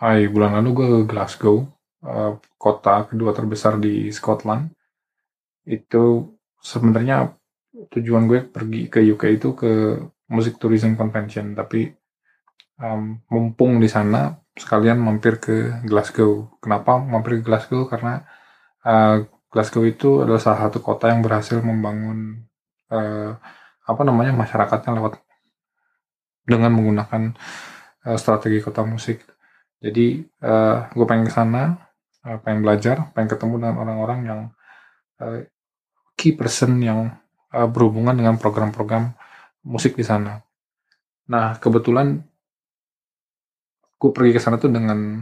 Bulan lalu gue ke Glasgow, kota kedua terbesar di Scotland. Itu sebenarnya tujuan gue pergi ke UK itu ke Music Tourism Convention, tapi mumpung di sana sekalian mampir ke Glasgow. Kenapa mampir ke Glasgow? Karena Glasgow itu adalah salah satu kota yang berhasil membangun masyarakatnya lewat dengan menggunakan strategi kota musik. Jadi gue pengen ke sana, pengen belajar, pengen ketemu dengan orang-orang yang key person yang berhubungan dengan program-program musik di sana. Nah, kebetulan gue pergi ke sana tuh dengan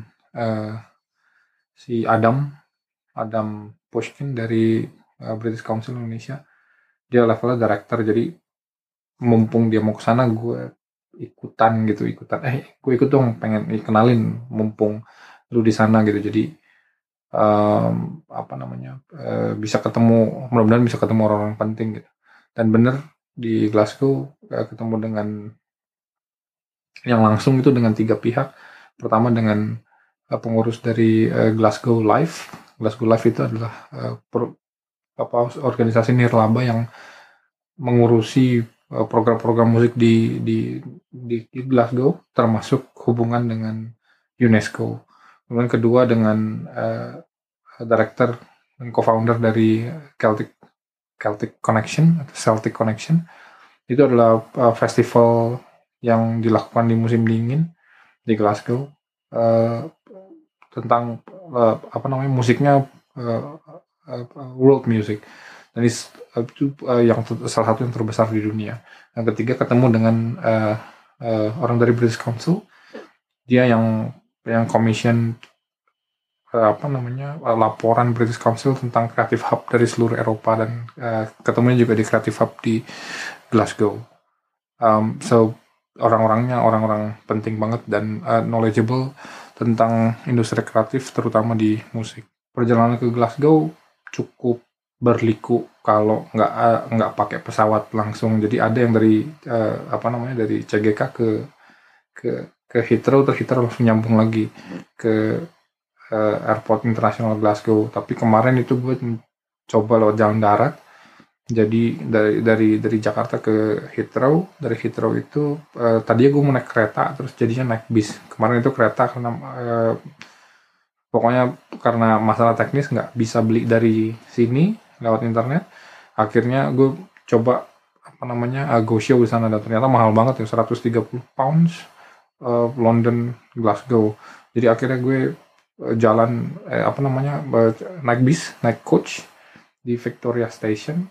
si Adam Pushkin dari British Council Indonesia. Dia levelnya director, jadi mumpung dia mau ke sana gue ikutan. Gue ikut dong, pengen kenalin mumpung lu di sana gitu. Jadi bisa ketemu, mudah-mudahan bisa ketemu orang-orang penting gitu. Dan bener di Glasgow ketemu dengan yang langsung itu dengan 3 pihak. Pertama dengan pengurus dari Glasgow Live. Glasgow Live itu adalah organisasi nirlaba yang mengurusi program-program musik di Glasgow, termasuk hubungan dengan UNESCO. Kemudian kedua dengan director dan co-founder dari Celtic Connection. Itu adalah festival yang dilakukan di musim dingin di Glasgow, tentang musiknya world music. Dan itu yang salah satu yang terbesar di dunia. Yang ketiga ketemu dengan orang dari British Council, dia yang commission laporan British Council tentang Creative Hub dari seluruh Eropa, dan ketemunya juga di Creative Hub di Glasgow. So orang-orangnya orang-orang penting banget dan knowledgeable tentang industri kreatif, terutama di musik. Perjalanan ke Glasgow cukup berliku kalau nggak pakai pesawat langsung. Jadi ada yang dari dari CGK ke Heathrow, terus Heathrow langsung nyambung lagi ke Airport International Glasgow. Tapi kemarin itu gue coba lewat jalan darat. Jadi dari Jakarta ke Heathrow, dari Heathrow itu tadinya gue mau naik kereta, terus jadinya naik bis. Kemarin itu kereta karena pokoknya karena masalah teknis nggak bisa beli dari sini lewat internet. Akhirnya gue coba go show di sana, dan ternyata mahal banget ya, 130 pounds London Glasgow. Jadi akhirnya gue naik bis, naik coach di Victoria Station,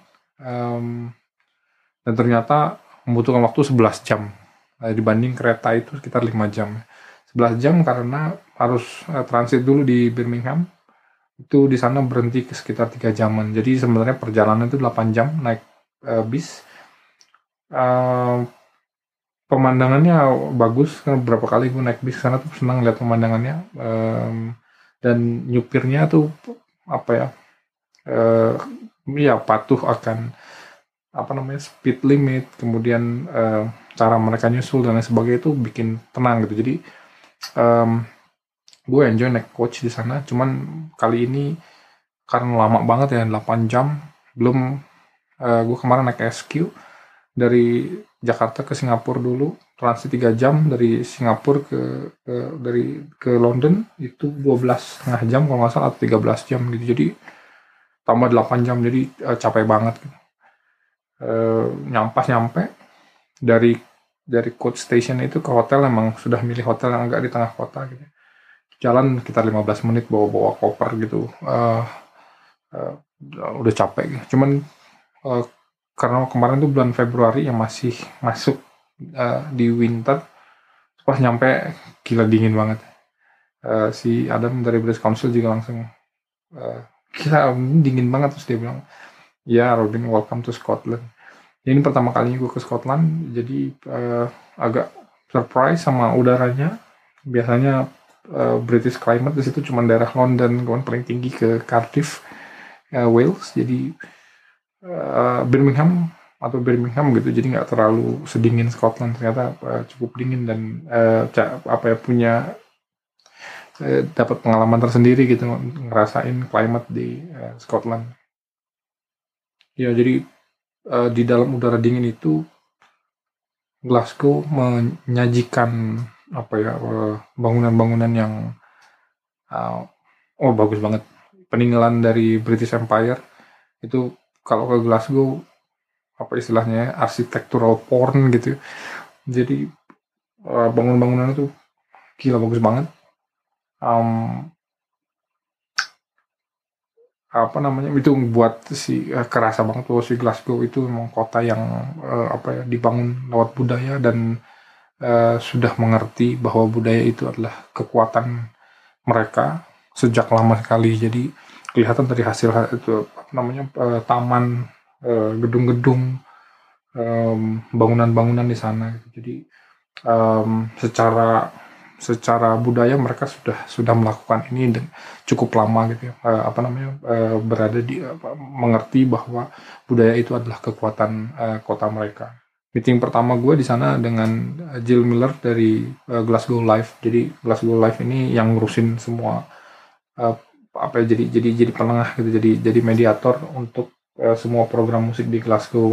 dan ternyata membutuhkan waktu 11 jam dibanding kereta itu sekitar 5 jam. 11 jam karena harus transit dulu di Birmingham. Itu di sana berhenti ke sekitar 3 jaman. Jadi sebenarnya perjalanan itu 8 jam naik bis. Pemandangannya bagus, karena beberapa kali gue naik bis sana tuh senang lihat pemandangannya, dan nyupirnya tuh patuh akan speed limit, kemudian cara mereka nyusul dan lain sebagainya itu bikin tenang gitu. Jadi gue enjoy naik coach di sana. Cuman kali ini karena lama banget ya, 8 jam, belum gue kemarin naik SQ dari Jakarta ke Singapura dulu, transit 3 jam dari Singapura ke London, itu 12,5 jam kalau nggak salah, atau 13 jam gitu. Jadi tambah 8 jam, jadi capek banget gitu. Nyampe dari coach station itu ke hotel, emang sudah milih hotel yang agak di tengah kota gitu. Jalan sekitar 15 menit bawa koper gitu. Udah capek gitu. Cuman karena kemarin tuh bulan Februari yang masih masuk di winter, pas nyampe gila dingin banget. Si Adam dari British Council juga langsung gila dingin banget, terus dia bilang, ya Robin, welcome to Scotland. Ini pertama kalinya gue ke Scotland, jadi agak surprise sama udaranya. Biasanya British climate di situ cuma daerah London, kemudian paling tinggi ke Cardiff, Wales. Jadi Birmingham gitu, jadi nggak terlalu sedingin Scotland. Ternyata cukup dingin, dan punya dapat pengalaman tersendiri gitu ngerasain climate di Scotland. Ya jadi di dalam udara dingin itu Glasgow menyajikan bangunan-bangunan yang bagus banget. Peninggalan dari British Empire itu kalau ke Glasgow istilahnya architectural porn gitu. Jadi bangunan-bangunan itu gila bagus banget. Itu buat kerasa banget bahwa si Glasgow itu memang kota yang dibangun lewat budaya dan sudah mengerti bahwa budaya itu adalah kekuatan mereka sejak lama sekali. Jadi kelihatan dari hasil itu taman, gedung-gedung, bangunan-bangunan di sana. Jadi secara budaya mereka sudah melakukan ini dan cukup lama gitu ya. Berada di mengerti bahwa budaya itu adalah kekuatan kota mereka. Meeting pertama gue di sana dengan Jill Miller dari Glasgow Live. Jadi Glasgow Live ini yang ngurusin semua jadi penengah gitu, jadi mediator untuk semua program musik di Glasgow.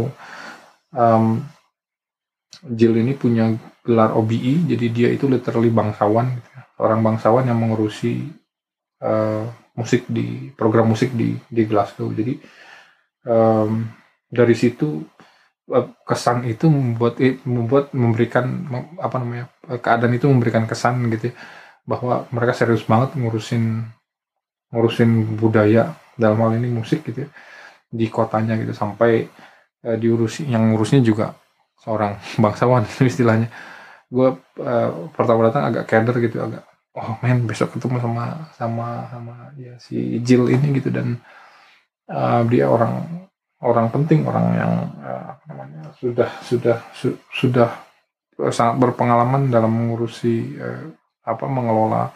Jill ini punya gelar OBE, jadi dia itu literally bangsawan gitu ya. Orang bangsawan yang mengurusi program musik di Glasgow. Jadi dari situ kesan itu memberikan keadaan itu memberikan kesan gitu ya, bahwa mereka serius banget ngurusin budaya, dalam hal ini musik gitu ya, di kotanya gitu, sampai yang ngurusnya juga seorang bangsawan istilahnya. Gue pertama datang agak keder gitu, agak besok ketemu sama ya si Jill ini gitu, dan dia orang penting, orang yang sudah sangat berpengalaman dalam mengurusi mengelola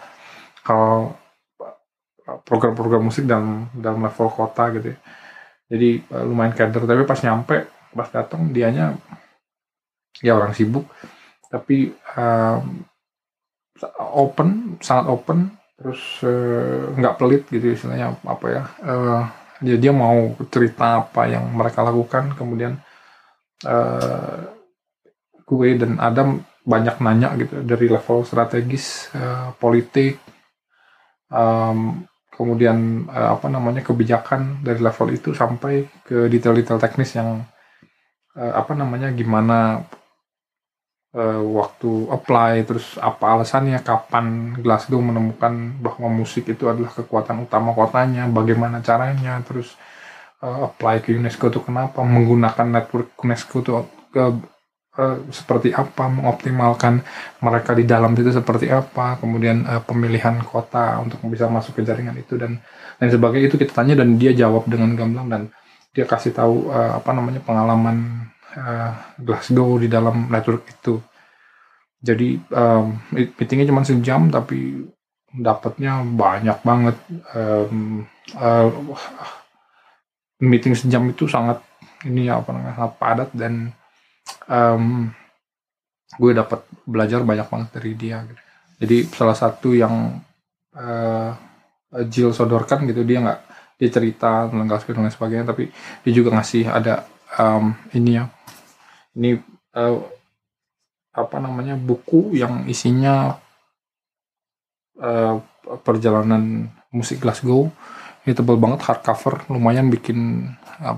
program-program musik dalam level kota gitu ya. Jadi lumayan keder, tapi pas datang dianya ya orang sibuk, tapi sangat open, terus nggak pelit gitu istilahnya dia mau cerita apa yang mereka lakukan. Kemudian gue dan Adam banyak nanya gitu dari level strategis, politik, kemudian kebijakan dari level itu sampai ke detail-detail teknis yang gimana waktu apply, terus apa alasannya, kapan Glasgow menemukan bahwa musik itu adalah kekuatan utama kotanya, bagaimana caranya, terus apply ke UNESCO itu kenapa, menggunakan network UNESCO itu seperti apa, mengoptimalkan mereka di dalam itu seperti apa, kemudian pemilihan kota untuk bisa masuk ke jaringan itu dan sebagainya. Itu kita tanya dan dia jawab dengan gamblang, dan dia kasih tahu pengalaman Glasgow di dalam network itu. Jadi meetingnya cuma sejam tapi dapatnya banyak banget. Meeting sejam itu sangat sangat padat, dan gue dapat belajar banyak banget dari dia gitu. Jadi salah satu yang Jill sodorkan gitu, dia cerita tentang Glasgow dan lain sebagainya, tapi dia juga ngasih ada buku yang isinya perjalanan musik Glasgow. Ini tebal banget, hardcover, lumayan bikin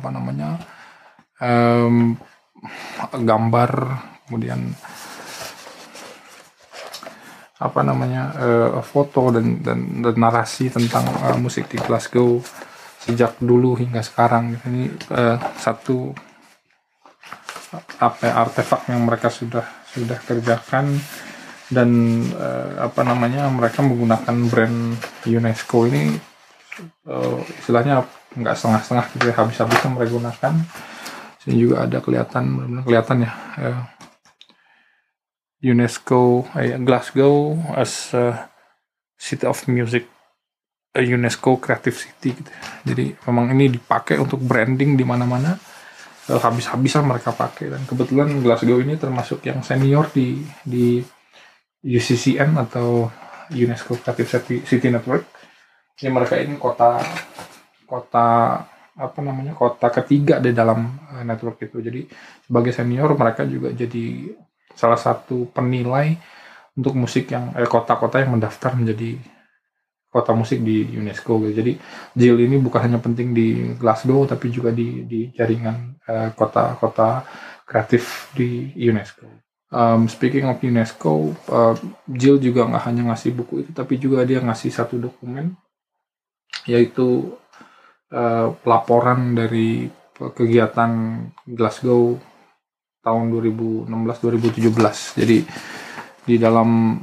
gambar, kemudian foto dan narasi tentang musik di Glasgow sejak dulu hingga sekarang. Ini satu artefak yang mereka sudah kerjakan, dan mereka menggunakan brand UNESCO ini istilahnya nggak setengah-setengah gitu ya, habis-habisan mereka gunakan. Sini juga ada kelihatan ya, UNESCO Glasgow as a City of Music, UNESCO Creative City gitu. Jadi memang ini dipakai untuk branding di mana-mana, habis-habisan mereka pakai. Dan kebetulan Glasgow ini termasuk yang senior di UCCN atau UNESCO Creative City Network. Jadi mereka ini kota kota ketiga di dalam network itu. Jadi sebagai senior mereka juga jadi salah satu penilai untuk musik yang kota-kota yang mendaftar menjadi kota musik di UNESCO gitu. Jadi JIL ini bukan hanya penting di Glasgow tapi juga di jaringan kota-kota kreatif di UNESCO. Speaking of UNESCO, JIL juga nggak hanya ngasih buku itu tapi juga dia ngasih satu dokumen yaitu laporan dari kegiatan Glasgow tahun 2016-2017. Jadi di dalam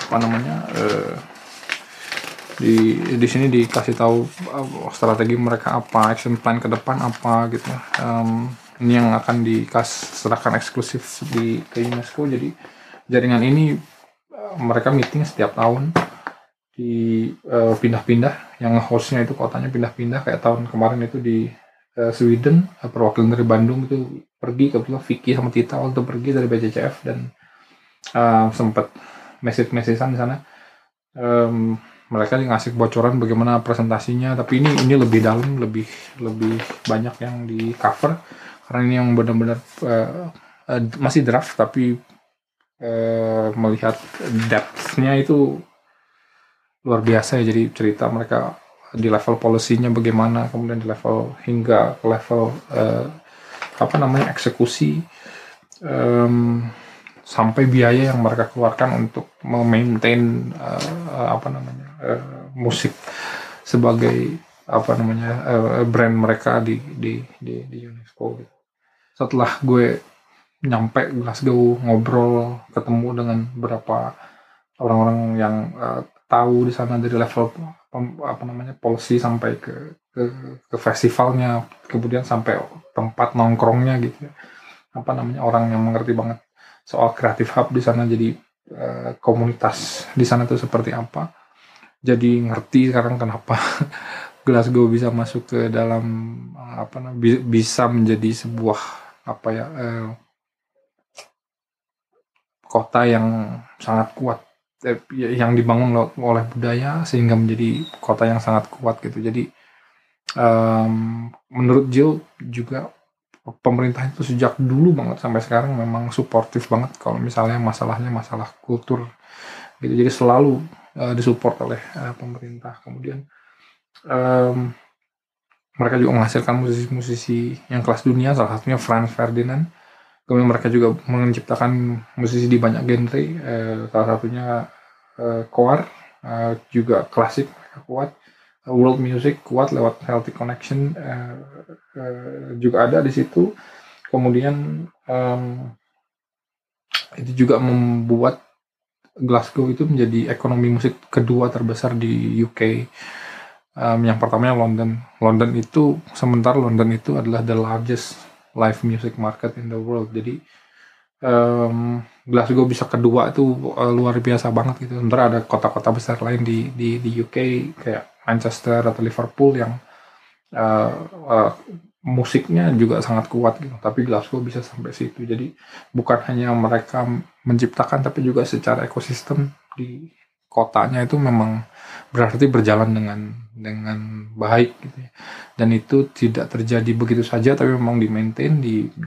di sini dikasih tahu strategi mereka apa, action plan ke depan apa gitu. Ini yang akan serahkan eksklusif ke UNESCO. Jadi jaringan ini mereka meeting setiap tahun di pindah-pindah, yang hostnya itu kotanya pindah-pindah. Kayak tahun kemarin itu di Sweden, perwakilan dari Bandung itu pergi, kebetulan Vicky sama Tita waktu pergi dari BCCF dan sempat message-an di sana. Mereka ngasih bocoran bagaimana presentasinya, tapi ini lebih dalam, lebih banyak yang di cover karena ini yang benar-benar masih draft, tapi melihat depth-nya itu luar biasa ya. Jadi cerita mereka di level policy-nya bagaimana, kemudian di level hingga ke level eksekusi, sampai biaya yang mereka keluarkan untuk memaintain musik sebagai brand mereka di UNESCO gitu. Setelah gue nyampe Glasgow, ngobrol, ketemu dengan beberapa orang-orang yang tahu di sana dari level policy sampai ke festivalnya, kemudian sampai tempat nongkrongnya gitu. Orang yang mengerti banget soal Creative Hub di sana. Jadi komunitas di sana tuh seperti apa. Jadi ngerti sekarang kenapa Glasgow bisa masuk ke dalam bisa menjadi sebuah kota yang sangat kuat, yang dibangun oleh budaya sehingga menjadi kota yang sangat kuat gitu. Jadi menurut Jill juga pemerintah itu sejak dulu banget sampai sekarang memang suportif banget kalau misalnya masalah kultur gitu. Jadi selalu disupport oleh pemerintah. Kemudian mereka juga menghasilkan musisi-musisi yang kelas dunia, salah satunya Franz Ferdinand. Kemudian mereka juga menciptakan musisi di banyak genre, salah satunya Coar, juga klasik mereka kuat, world music kuat lewat Celtic Connection juga ada di situ. Kemudian itu juga membuat Glasgow itu menjadi ekonomi musik kedua terbesar di UK. Yang pertamanya London itu, sementara London itu adalah the largest live music market in the world. Jadi Glasgow bisa kedua itu luar biasa banget gitu. Sementara ada kota-kota besar lain di UK kayak Manchester atau Liverpool yang musiknya juga sangat kuat gitu. Tapi Glasgow bisa sampai situ. Jadi bukan hanya mereka menciptakan, tapi juga secara ekosistem di kotanya itu memang berarti berjalan dengan baik gitu ya. Dan itu tidak terjadi begitu saja, tapi memang di-maintain,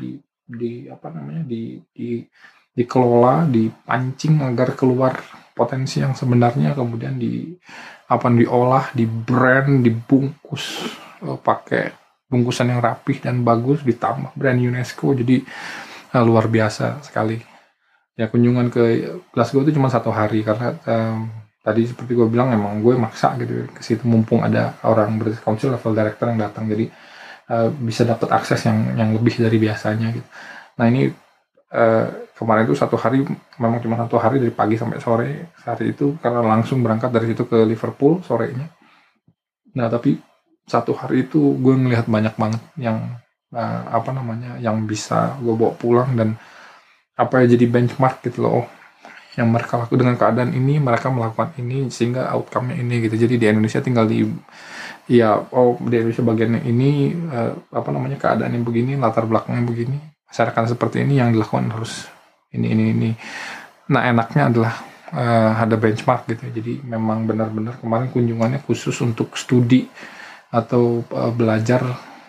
dikelola, dipancing agar keluar potensi yang sebenarnya, kemudian diolah, di brand, dibungkus pakai bungkusan yang rapih dan bagus, ditambah brand UNESCO. Jadi luar biasa sekali. Ya, kunjungan ke Glasgow itu cuma 1 hari karena tadi seperti gue bilang emang gue maksa gitu ke situ, mumpung ada orang British Council level director yang datang, jadi bisa dapat akses yang lebih dari biasanya gitu. Nah ini kemarin itu 1 hari, memang cuma 1 hari dari pagi sampai sore hari itu, karena langsung berangkat dari situ ke Liverpool sorenya. Nah tapi 1 hari itu gue ngelihat banyak banget yang yang bisa gue bawa pulang dan jadi benchmark gitu loh. Yang mereka lakukan dengan keadaan ini, mereka melakukan ini sehingga outcome-nya ini gitu. Jadi di Indonesia tinggal di Indonesia bagian ini keadaan yang begini, latar belakangnya begini, masyarakat seperti ini, yang dilakukan harus ini. Nah enaknya adalah ada benchmark gitu. Jadi memang benar-benar kemarin kunjungannya khusus untuk studi atau belajar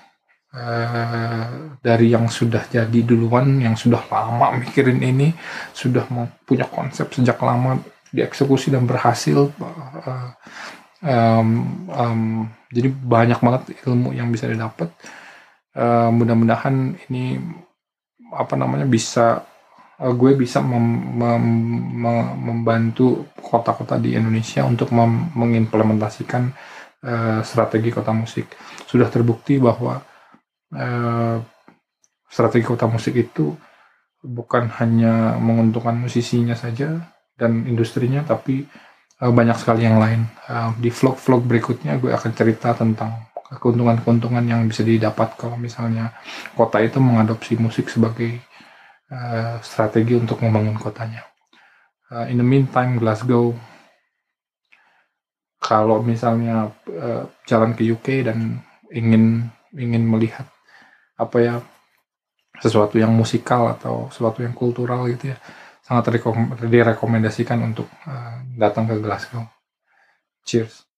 dari yang sudah jadi duluan, yang sudah lama mikirin ini, sudah mau punya konsep sejak lama, dieksekusi dan berhasil. Jadi banyak banget ilmu yang bisa didapat. Mudah-mudahan ini bisa gue bisa membantu kota-kota di Indonesia untuk mengimplementasikan strategi kota musik. Sudah terbukti bahwa strategi kota musik itu bukan hanya menguntungkan musisinya saja dan industrinya, tapi banyak sekali yang lain. Di vlog-vlog berikutnya gue akan cerita tentang keuntungan-keuntungan yang bisa didapat kalau misalnya kota itu mengadopsi musik sebagai strategi untuk membangun kotanya. In the meantime, Glasgow, kalau misalnya jalan ke UK dan ingin melihat sesuatu yang musikal atau sesuatu yang kultural gitu ya, sangat direkomendasikan untuk datang ke Glasgow. Cheers.